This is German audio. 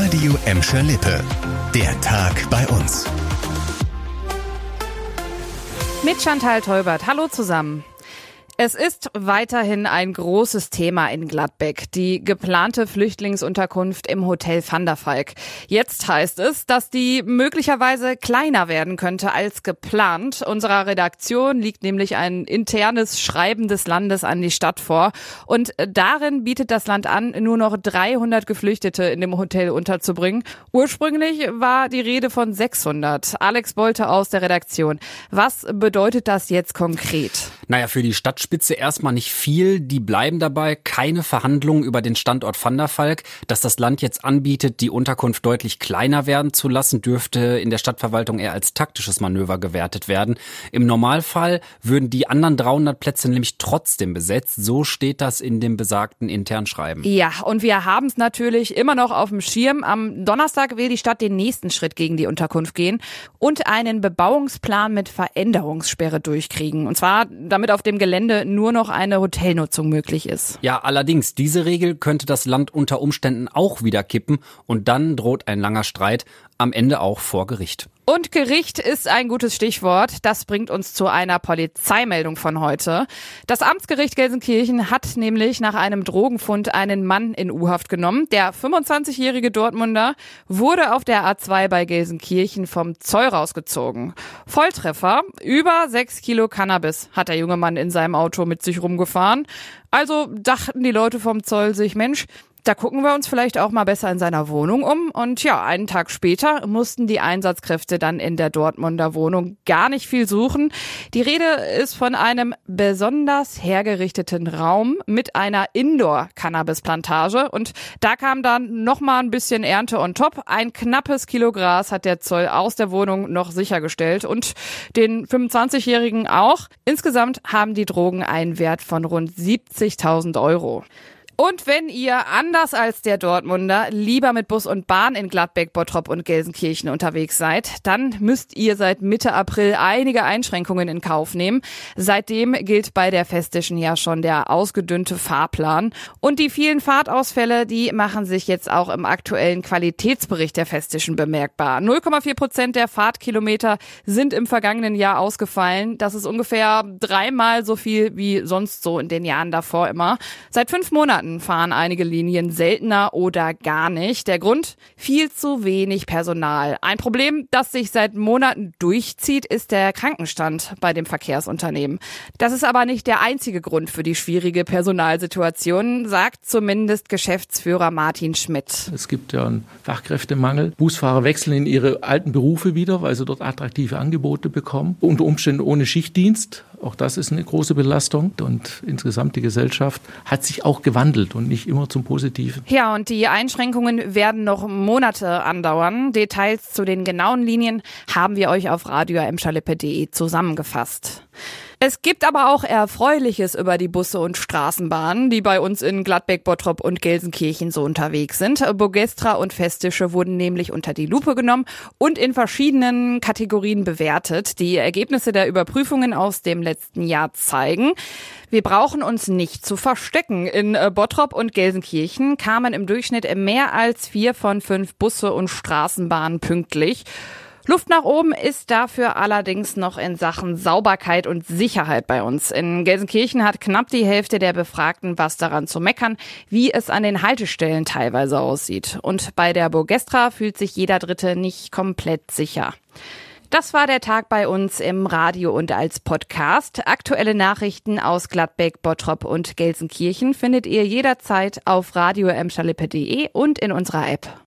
Radio Emscher Lippe. Der Tag bei uns. Mit Chantal Teubert. Hallo zusammen. Es ist weiterhin ein großes Thema in Gladbeck, die geplante Flüchtlingsunterkunft im Hotel Van der Valk. Jetzt heißt es, dass die möglicherweise kleiner werden könnte als geplant. Unserer Redaktion liegt nämlich ein internes Schreiben des Landes an die Stadt vor. Und darin bietet das Land an, nur noch 300 Geflüchtete in dem Hotel unterzubringen. Ursprünglich war die Rede von 600. Alex Bolte aus der Redaktion. Was bedeutet das jetzt konkret? Naja, für die Stadtspitze erstmal nicht viel. Die bleiben dabei. Keine Verhandlungen über den Standort Van der Valk. Dass das Land jetzt anbietet, die Unterkunft deutlich kleiner werden zu lassen, dürfte in der Stadtverwaltung eher als taktisches Manöver gewertet werden. Im Normalfall würden die anderen 300 Plätze nämlich trotzdem besetzt. So steht das in dem besagten internen Schreiben. Ja, und wir haben es natürlich immer noch auf dem Schirm. Am Donnerstag will die Stadt den nächsten Schritt gegen die Unterkunft gehen und einen Bebauungsplan mit Veränderungssperre durchkriegen. Und zwar, damit auf dem Gelände nur noch eine Hotelnutzung möglich ist. Ja, allerdings, diese Regel könnte das Land unter Umständen auch wieder kippen und dann droht ein langer Streit, am Ende auch vor Gericht. Und Gericht ist ein gutes Stichwort. Das bringt uns zu einer Polizeimeldung von heute. Das Amtsgericht Gelsenkirchen hat nämlich nach einem Drogenfund einen Mann in U-Haft genommen. Der 25-jährige Dortmunder wurde auf der A2 bei Gelsenkirchen vom Zoll rausgezogen. Volltreffer, über 6 Kilo Cannabis hat der junge Mann in seinem Auto mit sich rumgefahren. Also dachten die Leute vom Zoll sich, Mensch, da gucken wir uns vielleicht auch mal besser in seiner Wohnung um. Und ja, einen Tag später mussten die Einsatzkräfte dann in der Dortmunder Wohnung gar nicht viel suchen. Die Rede ist von einem besonders hergerichteten Raum mit einer Indoor-Cannabis-Plantage. Und da kam dann nochmal ein bisschen Ernte on top. Ein knappes Kilo Gras hat der Zoll aus der Wohnung noch sichergestellt. Und den 25-Jährigen auch. Insgesamt haben die Drogen einen Wert von rund 70.000 Euro. Und wenn ihr, anders als der Dortmunder, lieber mit Bus und Bahn in Gladbeck, Bottrop und Gelsenkirchen unterwegs seid, dann müsst ihr seit Mitte April einige Einschränkungen in Kauf nehmen. Seitdem gilt bei der Festischen ja schon der ausgedünnte Fahrplan. Und die vielen Fahrtausfälle, die machen sich jetzt auch im aktuellen Qualitätsbericht der Festischen bemerkbar. 0,4% der Fahrtkilometer sind im vergangenen Jahr ausgefallen. Das ist ungefähr 3-mal so viel wie sonst so in den Jahren davor immer. Seit 5 Monaten fahren einige Linien seltener oder gar nicht. Der Grund? Viel zu wenig Personal. Ein Problem, das sich seit Monaten durchzieht, ist der Krankenstand bei dem Verkehrsunternehmen. Das ist aber nicht der einzige Grund für die schwierige Personalsituation, sagt zumindest Geschäftsführer Martin Schmidt. Es gibt ja einen Fachkräftemangel. Busfahrer wechseln in ihre alten Berufe wieder, weil sie dort attraktive Angebote bekommen. Unter Umständen ohne Schichtdienst. Auch das ist eine große Belastung. Und insgesamt die Gesellschaft hat sich auch gewandelt und nicht immer zum Positiven. Ja, und die Einschränkungen werden noch Monate andauern. Details zu den genauen Linien haben wir euch auf radioemscherlippe.de zusammengefasst. Es gibt aber auch Erfreuliches über die Busse und Straßenbahnen, die bei uns in Gladbeck, Bottrop und Gelsenkirchen so unterwegs sind. Bogestra und Festische wurden nämlich unter die Lupe genommen und in verschiedenen Kategorien bewertet. Die Ergebnisse der Überprüfungen aus dem letzten Jahr zeigen, wir brauchen uns nicht zu verstecken. In Bottrop und Gelsenkirchen kamen im Durchschnitt mehr als 4 von 5 Busse und Straßenbahnen pünktlich. Luft nach oben ist dafür allerdings noch in Sachen Sauberkeit und Sicherheit bei uns. In Gelsenkirchen hat knapp die Hälfte der Befragten was daran zu meckern, wie es an den Haltestellen teilweise aussieht. Und bei der Bogestra fühlt sich jeder Dritte nicht komplett sicher. Das war der Tag bei uns im Radio und als Podcast. Aktuelle Nachrichten aus Gladbeck, Bottrop und Gelsenkirchen findet ihr jederzeit auf radioemscherlippe.de und in unserer App.